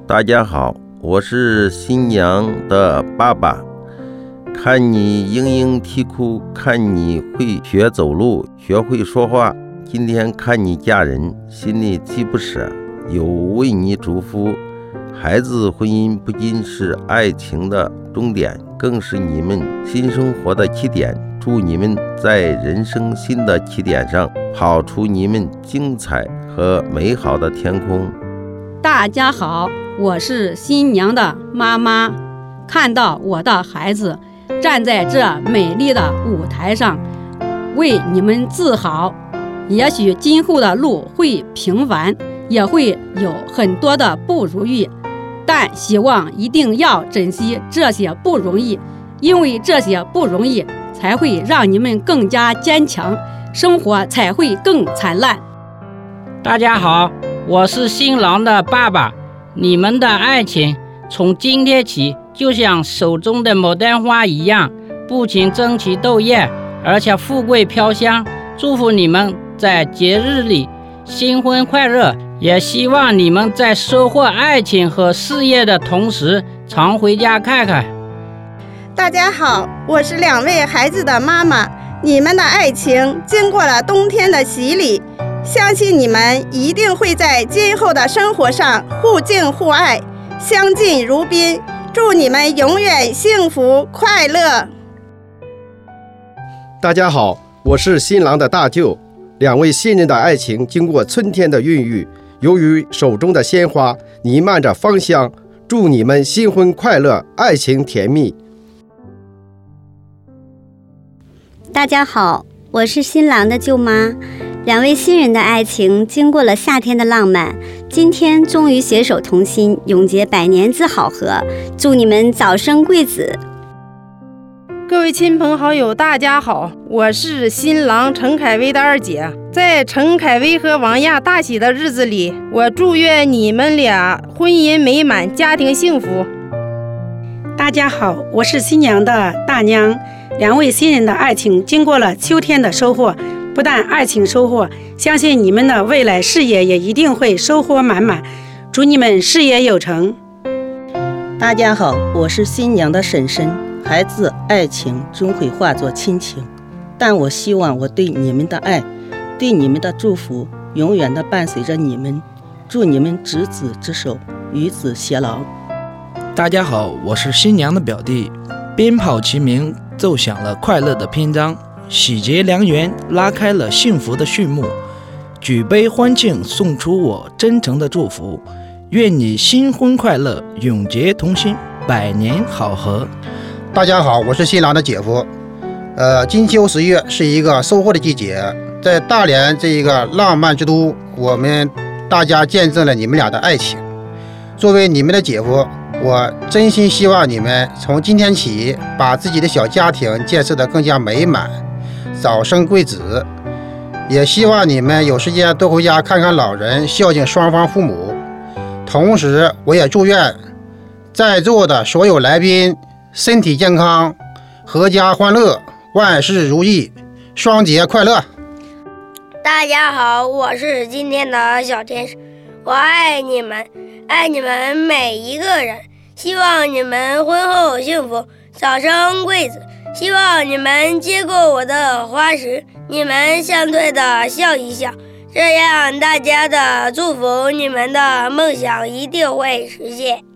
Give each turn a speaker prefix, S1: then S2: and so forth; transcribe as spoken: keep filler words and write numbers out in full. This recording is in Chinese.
S1: 大家好，我是新娘的爸爸。看你嘤嘤啼哭，看你会学走路，学会说话。今天看你嫁人，心里既不舍，有为你祝福。孩子婚姻不仅是爱情的终点，更是你们新生活的起点。祝你们在人生新的起点上跑出你们精彩和美好的天空。
S2: 大家好，我是新娘的妈妈。看到我的孩子站在这美丽的舞台上，为你们自豪。也许今后的路会平凡，也会有很多的不如意，但希望一定要珍惜这些不容易，因为这些不容易才会让你们更加坚强，生活才会更灿烂。
S3: 大家好，我是新郎的爸爸。你们的爱情从今天起就像手中的牡丹花一样，不仅争奇斗艳，而且富贵飘香。祝福你们在节日里新婚快乐，也希望你们在收获爱情和事业的同时常回家看看。
S4: 大家好，我是两位孩子的妈妈。你们的爱情经过了冬天的洗礼，相信你们一定会在今后的生活上互敬互爱，相敬如宾。祝你们永远幸福快乐。
S5: 大家好，我是新郎的大舅。两位新人的爱情经过春天的孕育，由于手中的鲜花弥漫着芳香，祝你们新婚快乐，爱情甜蜜。
S6: 大家好，我是新郎的舅妈。两位新人的爱情经过了夏天的浪漫，今天终于携手同心，永结百年之好合。祝你们早生贵子。
S7: 各位亲朋好友，大家好，我是新郎陈凯威的二姐。在陈凯威和王亚大喜的日子里，我祝愿你们俩婚姻美满，家庭幸福。
S8: 大家好，我是新娘的大娘。两位新人的爱情经过了秋天的收获，不但爱情收获，相信你们的未来事业也一定会收获满满。祝你们事业有成。
S9: 大家好，我是新娘的婶婶。孩子爱情终会化作亲情，但我希望我对你们的爱，对你们的祝福永远的伴随着你们。祝你们执子之手，与子偕老。
S10: 大家好，我是新娘的表弟。鞭炮齐鸣，奏响了快乐的篇章，喜结良缘，拉开了幸福的序幕。举杯欢庆，送出我真诚的祝福，愿你新婚快乐，永结同心，百年好合。
S11: 大家好，我是新郎的姐夫。呃，金秋十月是一个收获的季节，在大连这一个浪漫之都，我们大家见证了你们俩的爱情。作为你们的姐夫，我真心希望你们从今天起把自己的小家庭建设得更加美满，早生贵子。也希望你们有时间多回家看看老人，孝敬双方父母。同时，我也祝愿在座的所有来宾身体健康，阖家欢乐，万事如意，双节快乐。
S12: 大家好，我是今天的小天使，我爱你们，爱你们每一个人，希望你们婚后幸福，早生贵子，希望你们接过我的花时，你们相对的笑一笑，这样大家的祝福，你们的梦想一定会实现。